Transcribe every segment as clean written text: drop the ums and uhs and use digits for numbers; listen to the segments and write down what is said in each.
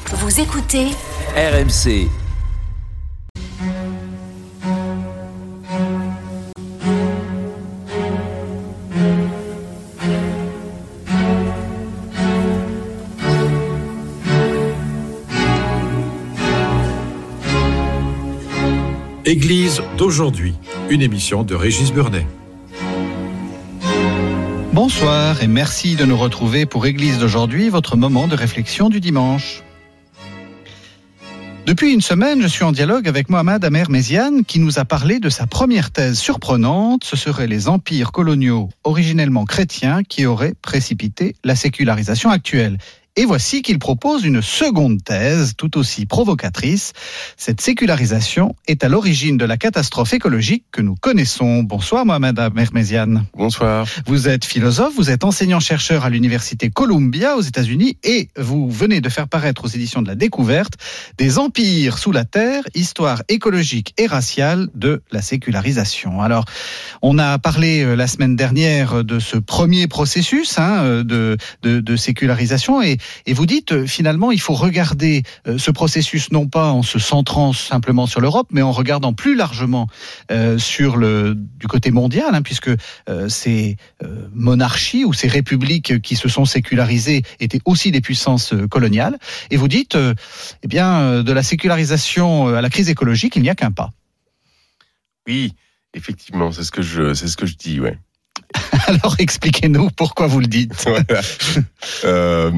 Vous écoutez RMC. Église d'aujourd'hui, une émission de Régis Burnet. Bonsoir et merci de nous retrouver pour Église d'aujourd'hui, votre moment de réflexion du dimanche. Depuis une semaine, je suis en dialogue avec Mohamed Amer-Méziane qui nous a parlé de sa première thèse surprenante. Ce seraient les empires coloniaux originellement chrétiens qui auraient précipité la sécularisation actuelle. Et voici qu'il propose une seconde thèse, tout aussi provocatrice. Cette sécularisation est à l'origine de la catastrophe écologique que nous connaissons. Bonsoir Mohamed Amer-Méziane. Bonsoir. Vous êtes philosophe, vous êtes enseignant-chercheur à l'université Columbia aux États-Unis et vous venez de faire paraître aux éditions de la Découverte des empires sous la terre, histoire écologique et raciale de la sécularisation. Alors, on a parlé la semaine dernière de ce premier processus de sécularisation et vous dites, finalement, il faut regarder ce processus non pas en se centrant simplement sur l'Europe, mais en regardant plus largement du côté mondial, puisque ces monarchies ou ces républiques qui se sont sécularisées étaient aussi des puissances coloniales. Et vous dites, de la sécularisation à la crise écologique, il n'y a qu'un pas. Oui, effectivement, c'est ce que je dis, ouais. Alors expliquez-nous pourquoi vous le dites. Voilà.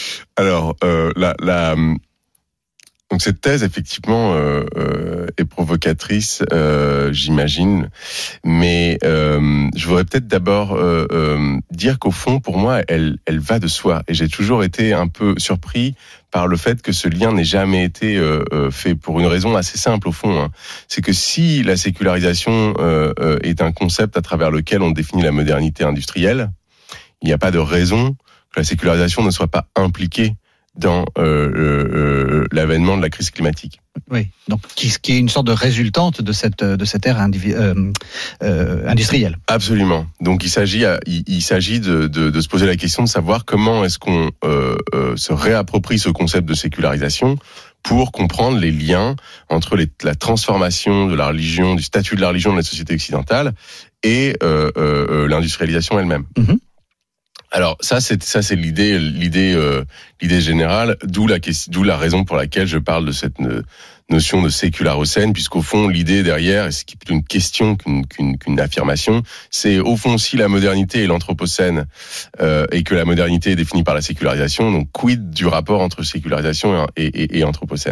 Donc cette thèse effectivement est provocatrice, j'imagine, mais je voudrais peut-être d'abord dire qu'au fond, pour moi, elle va de soi. Et j'ai toujours été un peu surpris par le fait que ce lien n'ait jamais été fait pour une raison assez simple au fond. C'est que si la sécularisation est un concept à travers lequel on définit la modernité industrielle, il n'y a pas de raison que la sécularisation ne soit pas impliquée dans l'avènement de la crise climatique. Oui, donc qui est une sorte de résultante de cette ère industrielle. Absolument. Donc il s'agit de se poser la question de savoir comment est-ce qu'on se réapproprie ce concept de sécularisation pour comprendre les liens entre la transformation de la religion, du statut de la religion de la société occidentale et l'industrialisation elle-même. Mm-hmm. Alors ça c'est l'idée générale, d'où la raison pour laquelle je parle de cette notion de sécularocène, puisqu'au fond l'idée derrière, et ce qui est plutôt une question qu'une affirmation, c'est au fond si la modernité est l'anthropocène et que la modernité est définie par la sécularisation, donc quid du rapport entre sécularisation et anthropocène.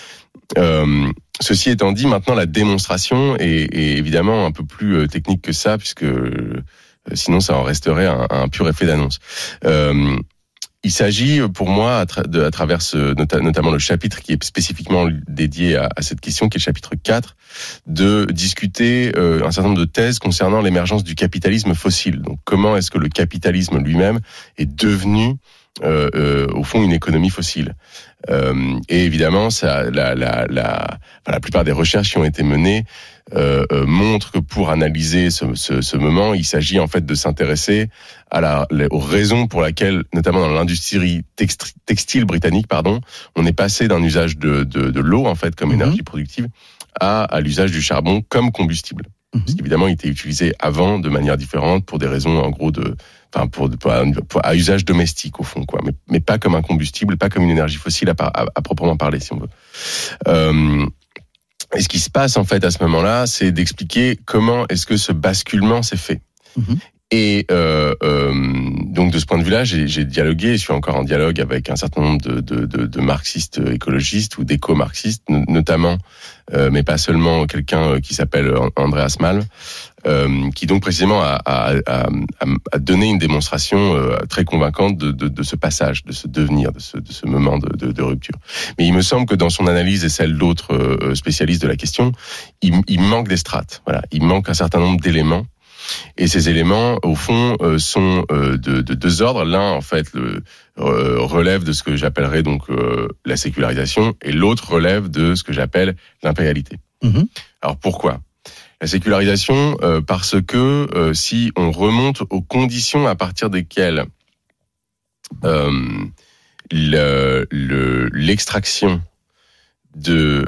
Ceci étant dit, maintenant la démonstration est évidemment un peu plus technique que ça, puisque sinon, ça en resterait un pur effet d'annonce. Il s'agit, pour moi, à travers notamment le chapitre qui est spécifiquement dédié à cette question, qui est le chapitre 4, de discuter un certain nombre de thèses concernant l'émergence du capitalisme fossile. Donc, comment est-ce que le capitalisme lui-même est devenu, au fond, une économie fossile. Et évidemment, la plupart des recherches qui ont été menées montrent que pour analyser ce moment, il s'agit en fait de s'intéresser aux raisons pour lesquelles, notamment dans l'industrie textile britannique, on est passé d'un usage de l'eau en fait comme énergie productive à l'usage du charbon comme combustible. Parce qu'évidemment, il était utilisé avant de manière différente pour des raisons en gros à usage domestique au fond, quoi, mais pas comme un combustible, pas comme une énergie fossile à proprement parler, si on veut. Et ce qui se passe en fait à ce moment-là, c'est d'expliquer comment est-ce que ce basculement s'est fait. Et donc de ce point de vue-là, j'ai dialogué, et je suis encore en dialogue avec un certain nombre de marxistes écologistes ou d'éco-marxistes, notamment, mais pas seulement, quelqu'un qui s'appelle Andreas Malm, qui donc précisément a donné une démonstration très convaincante de ce passage, de ce devenir, de ce moment de rupture. Mais il me semble que dans son analyse et celle d'autres spécialistes de la question, il manque des strates. Voilà, il manque un certain nombre d'éléments. Et ces éléments, au fond, sont de deux ordres. L'un, en fait, relève de ce que j'appellerais donc la sécularisation, et l'autre relève de ce que j'appelle l'impérialité. Alors pourquoi ? La sécularisation, parce que si on remonte aux conditions à partir desquelles l'extraction de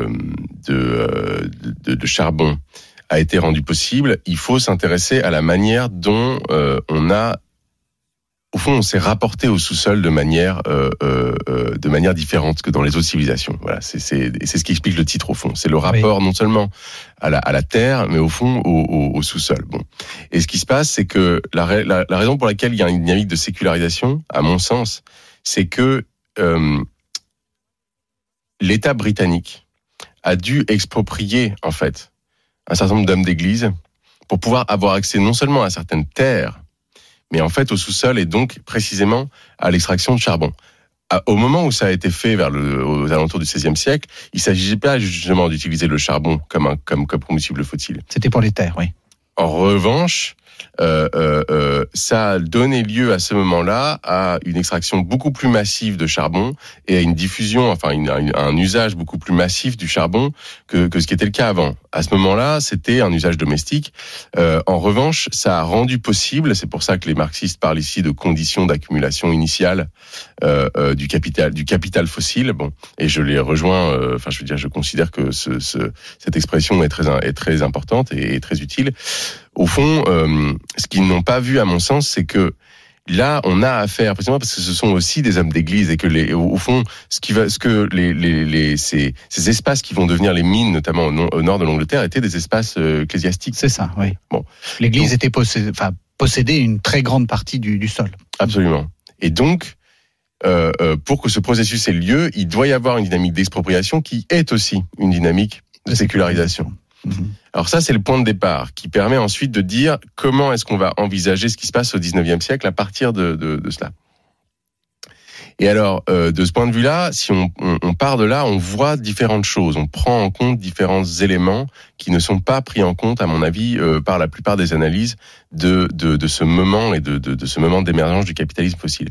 charbon a été rendue possible, il faut s'intéresser à la manière dont on s'est rapporté au sous-sol de manière différente que dans les autres civilisations. Voilà, c'est ce qui explique le titre au fond. C'est le rapport non seulement à la terre, mais au fond au sous-sol. Bon, et ce qui se passe, c'est que la raison pour laquelle il y a une dynamique de sécularisation, à mon sens, c'est que l'État britannique a dû exproprier en fait un certain nombre d'hommes d'église pour pouvoir avoir accès non seulement à certaines terres, mais en fait au sous-sol et donc précisément à l'extraction de charbon. Au moment où ça a été fait aux alentours du XVIe siècle, il ne s'agissait pas justement d'utiliser le charbon comme combustible fossile. C'était pour les terres, oui. En revanche, ça a donné lieu à ce moment-là à une extraction beaucoup plus massive de charbon et à une diffusion, un usage beaucoup plus massif du charbon que ce qui était le cas avant. À ce moment-là, c'était un usage domestique. En revanche, ça a rendu possible, c'est pour ça que les marxistes parlent ici de conditions d'accumulation initiale du capital fossile. Bon, et je les rejoins. Je considère que cette expression est très importante et très utile. Au fond, ce qu'ils n'ont pas vu, à mon sens, c'est que là, on a affaire, précisément parce que ce sont aussi des hommes d'église et que au fond, ces espaces qui vont devenir les mines, notamment au nord de l'Angleterre, étaient des espaces ecclésiastiques. C'est ça, oui. Bon, l'église était possédait une très grande partie du sol. Absolument. Et donc, pour que ce processus ait lieu, il doit y avoir une dynamique d'expropriation qui est aussi une dynamique de sécularisation. Alors ça, c'est le point de départ qui permet ensuite de dire comment est-ce qu'on va envisager ce qui se passe au XIXe siècle à partir de cela. Et alors, de ce point de vue-là, si on part de là, on voit différentes choses. On prend en compte différents éléments qui ne sont pas pris en compte, à mon avis, par la plupart des analyses de ce moment et de ce moment d'émergence du capitalisme fossile.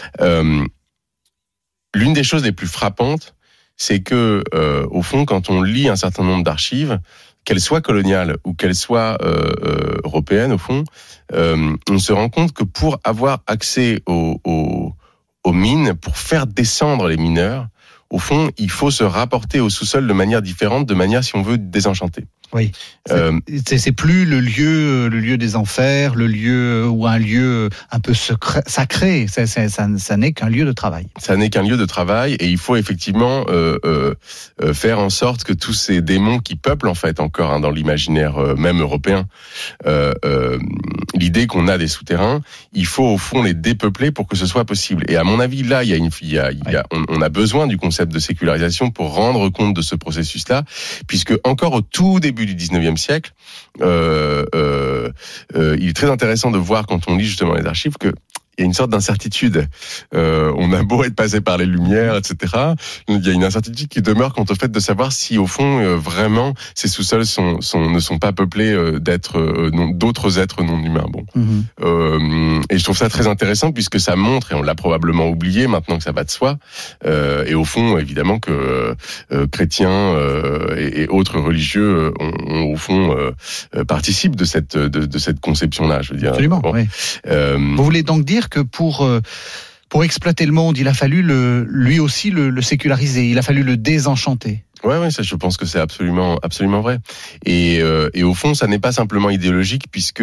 L'une des choses les plus frappantes, c'est que, au fond, quand on lit un certain nombre d'archives, qu'elles soient coloniales ou qu'elles soient européennes, au fond, on se rend compte que pour avoir accès aux mines, pour faire descendre les mineurs, au fond, il faut se rapporter au sous-sol de manière différente, de manière, si on veut, désenchantée. Oui. C'est plus le lieu des enfers, le lieu ou un lieu un peu secret, sacré. Ça n'est qu'un lieu de travail. Ça n'est qu'un lieu de travail, et il faut effectivement faire en sorte que tous ces démons qui peuplent en fait encore dans l'imaginaire même européen, l'idée qu'on a des souterrains, il faut au fond les dépeupler pour que ce soit possible. Et à mon avis, là, on a besoin du concept de sécularisation pour rendre compte de ce processus-là, puisque encore au tout début du 19e siècle, il est très intéressant de voir quand on lit justement les archives que il y a une sorte d'incertitude. On a beau être passé par les Lumières, etc. Il y a une incertitude qui demeure quant au fait de savoir si, au fond, vraiment, ces sous-sols ne sont pas peuplés d'autres êtres non humains. Bon. Et je trouve ça très intéressant puisque ça montre, et on l'a probablement oublié maintenant que ça va de soi, et au fond, évidemment, que chrétiens et autres religieux ont au fond participent de cette conception-là. Je veux dire. Absolument. Bon. Oui. Vous voulez donc dire que pour exploiter le monde, il a fallu lui aussi le séculariser, il a fallu le désenchanter. Ouais, ça, je pense que c'est absolument vrai. Et au fond, ça n'est pas simplement idéologique, puisque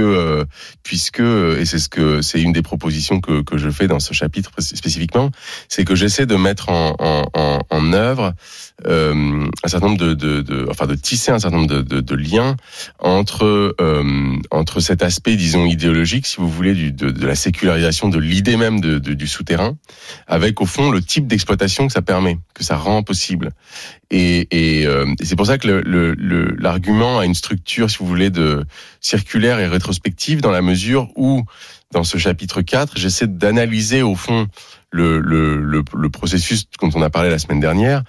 et c'est une des propositions que je fais dans ce chapitre spécifiquement, c'est que j'essaie de mettre en œuvre un certain nombre de tisser un certain nombre de liens entre cet aspect, disons, idéologique, si vous voulez, de la sécularisation de l'idée même du souterrain, avec au fond le type d'exploitation que ça permet, que ça rend possible. Et c'est pour ça que l'argument a une structure, si vous voulez, de circulaire et rétrospective, dans la mesure où, dans ce chapitre 4, j'essaie d'analyser au fond le processus dont on a parlé la semaine dernière,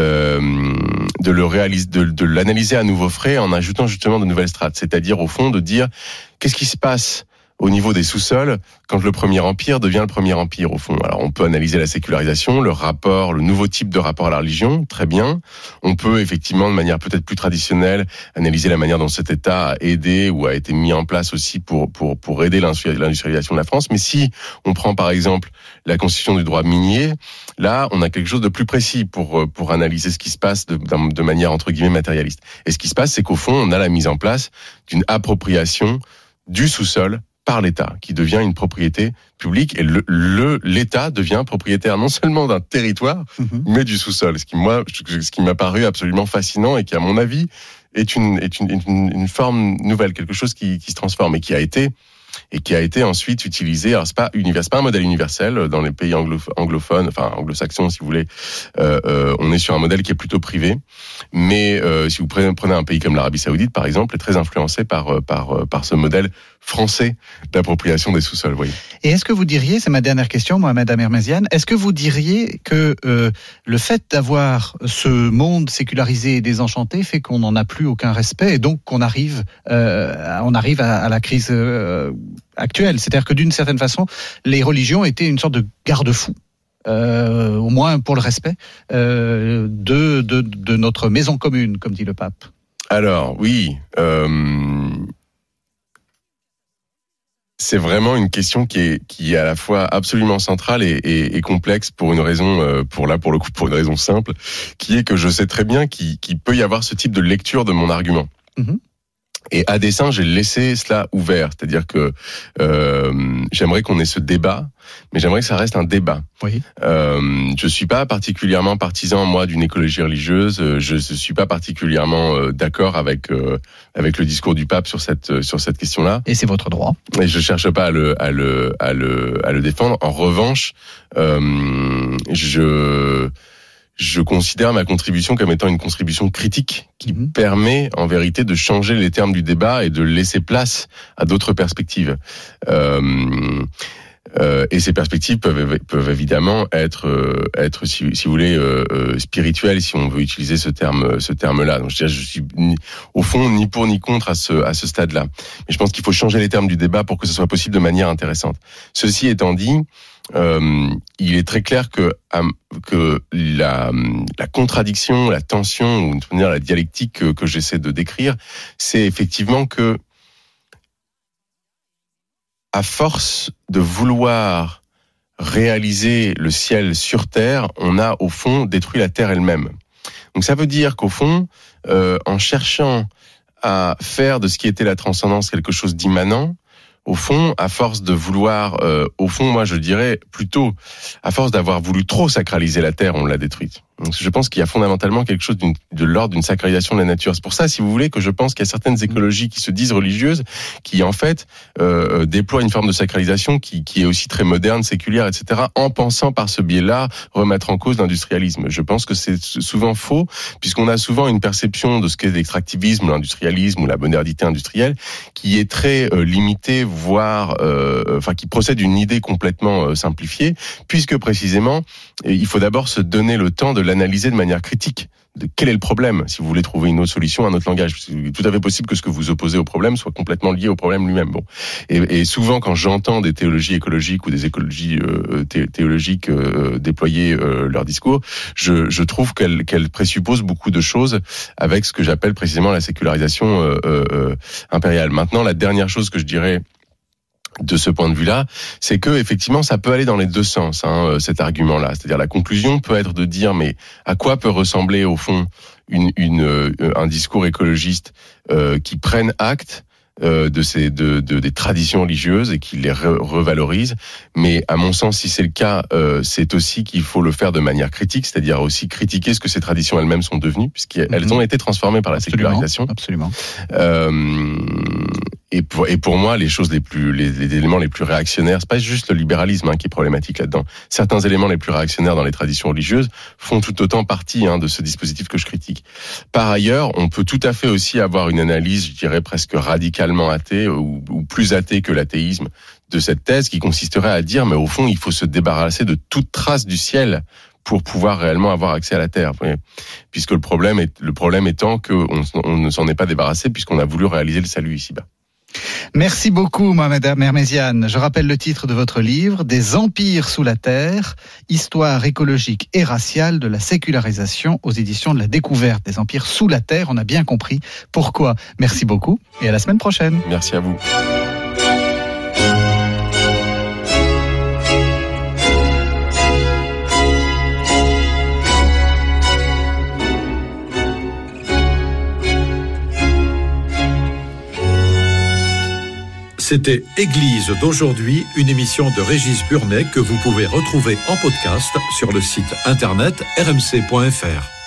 de l'analyser à nouveau frais en ajoutant justement de nouvelles strates. C'est-à-dire, au fond, de dire qu'est-ce qui se passe au niveau des sous-sols quand le Premier Empire devient le Premier Empire, au fond. Alors, on peut analyser la sécularisation, le rapport, le nouveau type de rapport à la religion, très bien. On peut, effectivement, de manière peut-être plus traditionnelle, analyser la manière dont cet État a aidé ou a été mis en place aussi pour aider l'industrialisation de la France. Mais si on prend, par exemple, la constitution du droit minier, là, on a quelque chose de plus précis pour analyser ce qui se passe de manière, entre guillemets, matérialiste. Et ce qui se passe, c'est qu'au fond, on a la mise en place d'une appropriation du sous-sol par l'État, qui devient une propriété publique, et l'État devient propriétaire non seulement d'un territoire, mais du sous-sol. Ce qui m'a paru absolument fascinant et qui, à mon avis, est une forme nouvelle, quelque chose qui se transforme et qui a été ensuite utilisé. Alors c'est pas un modèle universel dans les pays anglophones, enfin anglo-saxons si vous voulez. On est sur un modèle qui est plutôt privé, mais si vous prenez un pays comme l'Arabie Saoudite par exemple, est très influencé par ce modèle français d'appropriation des sous-sols. Voyez. Et est-ce que vous diriez, c'est ma dernière question, Mohamed Amermeziane, est-ce que vous diriez que le fait d'avoir ce monde sécularisé et désenchanté fait qu'on n'en a plus aucun respect et donc qu'on arrive à la crise actuelle? C'est-à-dire que d'une certaine façon, les religions étaient une sorte de garde-fou. Au moins pour le respect de notre maison commune, comme dit le pape. Alors oui, c'est vraiment une question qui est à la fois absolument centrale et complexe pour une raison, pour une raison simple, qui est que je sais très bien qu'il peut y avoir ce type de lecture de mon argument. Et à dessein, j'ai laissé cela ouvert. C'est-à-dire que j'aimerais qu'on ait ce débat, mais j'aimerais que ça reste un débat. Oui. Je suis pas particulièrement partisan, moi, d'une écologie religieuse. Je suis pas particulièrement d'accord avec le discours du pape sur cette question-là. Et c'est votre droit. Et je cherche pas à le défendre. En revanche, je considère ma contribution comme étant une contribution critique qui permet en vérité de changer les termes du débat et de laisser place à d'autres perspectives. Et ces perspectives peuvent évidemment être si vous voulez spirituelles, si on veut utiliser ce terme-là. Donc je suis au fond ni pour ni contre à ce stade-là. Mais je pense qu'il faut changer les termes du débat pour que ce soit possible de manière intéressante. Ceci étant dit, il est très clair que la contradiction, la tension, ou la dialectique que j'essaie de décrire, c'est effectivement que à force de vouloir réaliser le ciel sur terre, on a au fond détruit la terre elle-même. Donc ça veut dire qu'au fond, en cherchant à faire de ce qui était la transcendance quelque chose d'immanent, au fond, à force de vouloir, moi je dirais plutôt, à force d'avoir voulu trop sacraliser la terre, on l'a détruite. Donc, je pense qu'il y a fondamentalement quelque chose de l'ordre d'une sacralisation de la nature. C'est pour ça, si vous voulez, que je pense qu'il y a certaines écologies qui se disent religieuses, qui en fait déploient une forme de sacralisation qui est aussi très moderne, séculière, etc., en pensant par ce biais-là remettre en cause l'industrialisme. Je pense que c'est souvent faux, puisqu'on a souvent une perception de ce qu'est l'extractivisme, l'industrialisme ou la modernité industrielle, qui est très limitée, voire, qui procède d'une idée complètement simplifiée, puisque précisément, il faut d'abord se donner le temps de l'analyser de manière critique. De quel est le problème, si vous voulez trouver une autre solution, un autre langage. C'est tout à fait possible que ce que vous opposez au problème soit complètement lié au problème lui-même. Bon. Et souvent, quand j'entends des théologies écologiques ou des écologies théologiques déployer leur discours, je trouve qu'elles présupposent beaucoup de choses avec ce que j'appelle précisément la sécularisation impériale. Maintenant, la dernière chose que je dirais de ce point de vue-là, c'est que effectivement, ça peut aller dans les deux sens, cet argument-là. C'est-à-dire, la conclusion peut être de dire, mais à quoi peut ressembler au fond un discours écologiste qui prenne acte des traditions religieuses et qui les revalorise. Mais à mon sens, si c'est le cas, c'est aussi qu'il faut le faire de manière critique, c'est-à-dire aussi critiquer ce que ces traditions elles-mêmes sont devenues, puisqu'elles ont été transformées par la sécularisation. Absolument. Et pour moi, les éléments les plus réactionnaires, c'est pas juste le libéralisme qui est problématique là-dedans. Certains éléments les plus réactionnaires dans les traditions religieuses font tout autant partie de ce dispositif que je critique. Par ailleurs, on peut tout à fait aussi avoir une analyse, je dirais presque radicalement athée ou plus athée que l'athéisme de cette thèse, qui consisterait à dire, mais au fond, il faut se débarrasser de toute trace du ciel pour pouvoir réellement avoir accès à la terre. Puisque le problème étant qu'on ne s'en est pas débarrassé puisqu'on a voulu réaliser le salut ici-bas. Merci beaucoup, Mohamed Merméziane. Je rappelle le titre de votre livre, Des empires sous la terre, histoire écologique et raciale de la sécularisation, aux éditions de la Découverte. Des empires sous la terre, on a bien compris pourquoi. Merci beaucoup et à la semaine prochaine. Merci à vous. C'était Église d'aujourd'hui, une émission de Régis Burnet que vous pouvez retrouver en podcast sur le site internet rmc.fr.